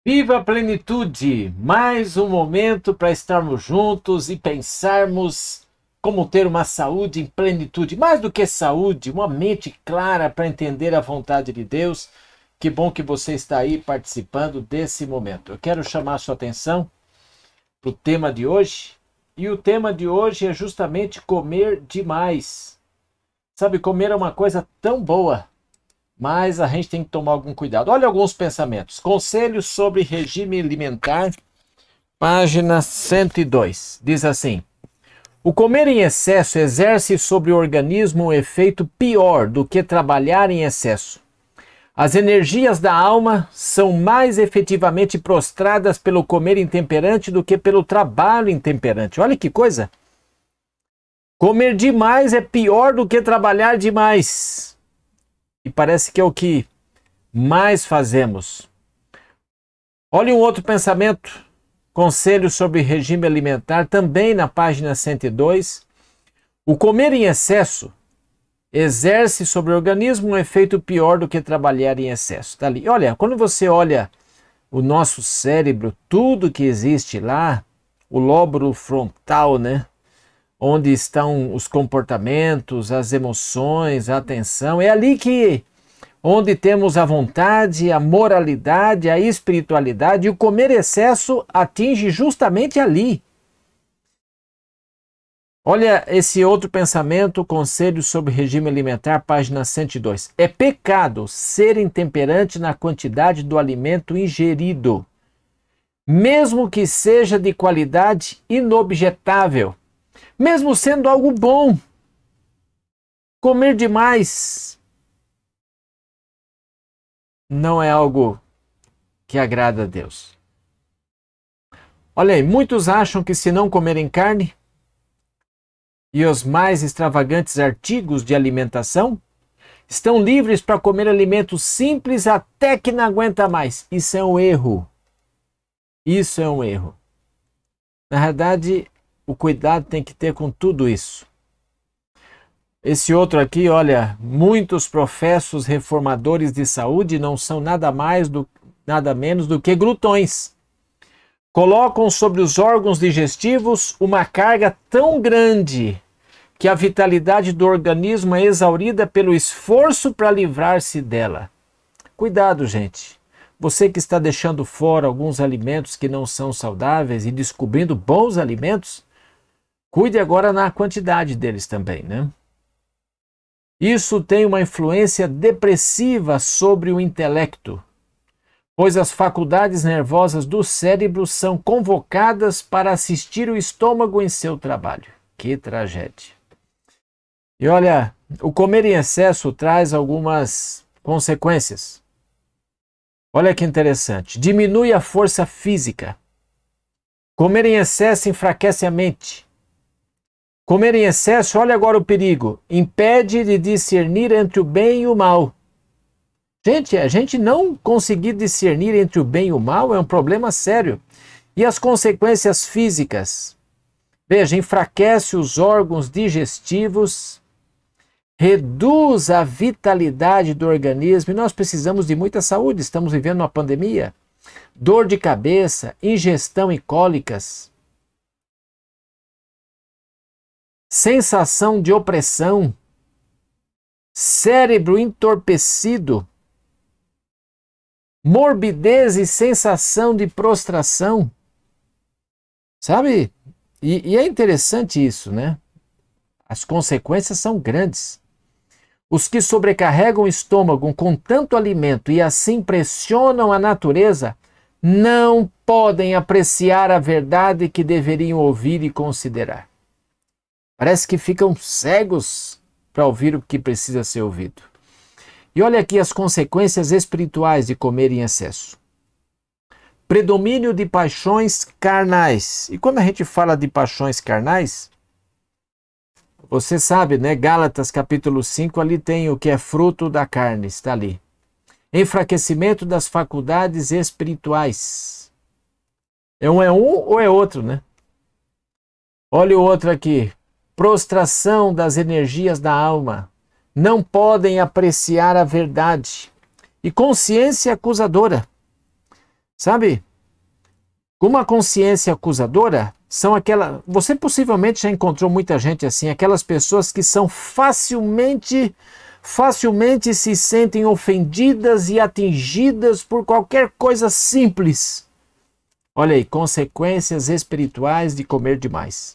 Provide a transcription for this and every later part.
Viva a plenitude! Mais um momento para estarmos juntos e pensarmos como ter uma saúde em plenitude. Mais do que saúde, uma mente clara para entender a vontade de Deus. Que bom que você está aí participando desse momento. Eu quero chamar a sua atenção para o tema de hoje. E o tema de hoje é justamente comer demais. Sabe, comer é uma coisa tão boa, mas a gente tem que tomar algum cuidado. Olha alguns pensamentos. Conselhos sobre regime alimentar, página 102. Diz assim: o comer em excesso exerce sobre o organismo um efeito pior do que trabalhar em excesso. As energias da alma são mais efetivamente prostradas pelo comer intemperante do que pelo trabalho intemperante. Olha que coisa! Comer demais é pior do que trabalhar demais. E parece que é o que mais fazemos. Olha um outro pensamento. Conselho sobre regime alimentar, também na página 102. O comer em excesso exerce sobre o organismo um efeito pior do que trabalhar em excesso. Tá ali. Olha, quando você olha o nosso cérebro, tudo que existe lá, o lóbulo frontal, né? Onde estão os comportamentos, as emoções, a atenção, é ali onde temos a vontade, a moralidade, a espiritualidade, e o comer excesso atinge justamente ali. Olha esse outro pensamento, conselho sobre regime alimentar, página 102. É pecado ser intemperante na quantidade do alimento ingerido, mesmo que seja de qualidade inobjetável, mesmo sendo algo bom. Comer demais não é algo que agrada a Deus. Olha aí, muitos acham que se não comerem carne e os mais extravagantes artigos de alimentação, estão livres para comer alimentos simples até que não aguenta mais. Isso é um erro. Isso é um erro. Na verdade, o cuidado tem que ter com tudo isso. Esse outro aqui, olha, muitos professos reformadores de saúde não são nada menos do que glutões. Colocam sobre os órgãos digestivos uma carga tão grande que a vitalidade do organismo é exaurida pelo esforço para livrar-se dela. Cuidado, gente. Você que está deixando fora alguns alimentos que não são saudáveis e descobrindo bons alimentos, cuide agora na quantidade deles também, né? Isso tem uma influência depressiva sobre o intelecto, pois as faculdades nervosas do cérebro são convocadas para assistir o estômago em seu trabalho. Que tragédia! E olha, o comer em excesso traz algumas consequências. Olha que interessante. Diminui a força física. Comer em excesso enfraquece a mente. Comer em excesso, olha agora o perigo, impede de discernir entre o bem e o mal. Gente, a gente não conseguir discernir entre o bem e o mal é um problema sério. E as consequências físicas? Veja, enfraquece os órgãos digestivos, reduz a vitalidade do organismo, e nós precisamos de muita saúde, estamos vivendo uma pandemia. Dor de cabeça, ingestão e cólicas. Sensação de opressão, cérebro entorpecido, morbidez e sensação de prostração. Sabe? E é interessante isso, né? As consequências são grandes. Os que sobrecarregam o estômago com tanto alimento e assim pressionam a natureza, não podem apreciar a verdade que deveriam ouvir e considerar. Parece que ficam cegos para ouvir o que precisa ser ouvido. E olha aqui as consequências espirituais de comer em excesso. Predomínio de paixões carnais. E quando a gente fala de paixões carnais, você sabe, né? Gálatas capítulo 5, ali tem o que é fruto da carne, está ali. Enfraquecimento das faculdades espirituais. É um ou é outro, né? Olha o outro aqui. Prostração das energias da alma. Não podem apreciar a verdade. E consciência acusadora. Sabe? Uma consciência acusadora são aquelas... Você possivelmente já encontrou muita gente assim, aquelas pessoas que são facilmente se sentem ofendidas e atingidas por qualquer coisa simples. Olha aí, consequências espirituais de comer demais.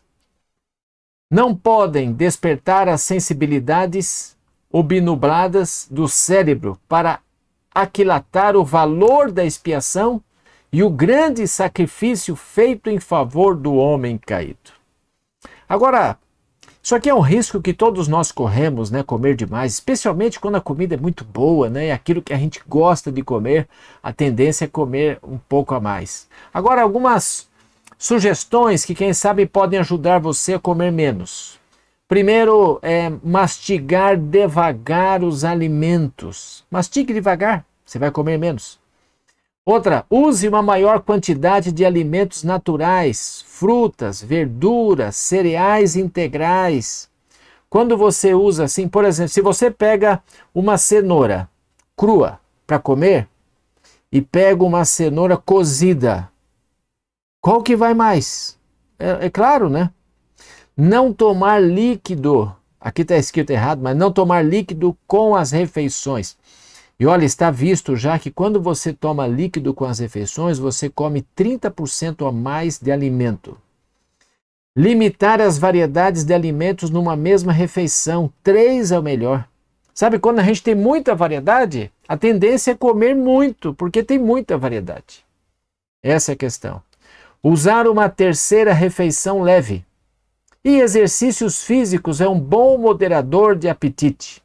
Não podem despertar as sensibilidades obnubladas do cérebro para aquilatar o valor da expiação e o grande sacrifício feito em favor do homem caído. Agora, isso aqui é um risco que todos nós corremos, né? Comer demais, especialmente quando a comida é muito boa, né? Aquilo que a gente gosta de comer, a tendência é comer um pouco a mais. Agora, algumas sugestões que, quem sabe, podem ajudar você a comer menos. Primeiro, mastigar devagar os alimentos. Mastigue devagar, você vai comer menos. Outra, use uma maior quantidade de alimentos naturais, frutas, verduras, cereais integrais. Quando você usa assim, por exemplo, se você pega uma cenoura crua para comer e pega uma cenoura cozida, qual que vai mais? É claro, né? Não tomar líquido, aqui está escrito errado, mas não tomar líquido com as refeições. E olha, está visto já que quando você toma líquido com as refeições, você come 30% a mais de alimento. Limitar as variedades de alimentos numa mesma refeição, 3 é o melhor. Sabe, quando a gente tem muita variedade, a tendência é comer muito, porque tem muita variedade. Essa é a questão. Usar uma terceira refeição leve. E exercícios físicos é um bom moderador de apetite.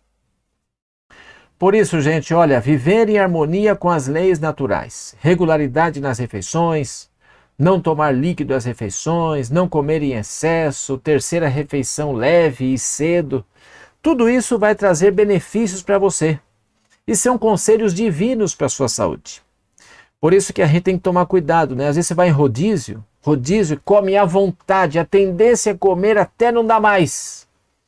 Por isso, gente, olha, viver em harmonia com as leis naturais, regularidade nas refeições, não tomar líquido às refeições, não comer em excesso, terceira refeição leve e cedo, tudo isso vai trazer benefícios para você. E são conselhos divinos para a sua saúde. Por isso que a gente tem que tomar cuidado, né? Às vezes você vai em rodízio come à vontade, a tendência é comer até não dá mais.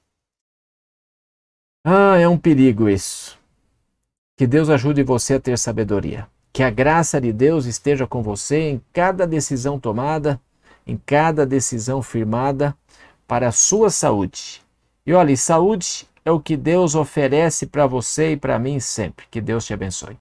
É um perigo isso. Que Deus ajude você a ter sabedoria. Que a graça de Deus esteja com você em cada decisão tomada, em cada decisão firmada para a sua saúde. E olha, saúde é o que Deus oferece para você e para mim sempre. Que Deus te abençoe.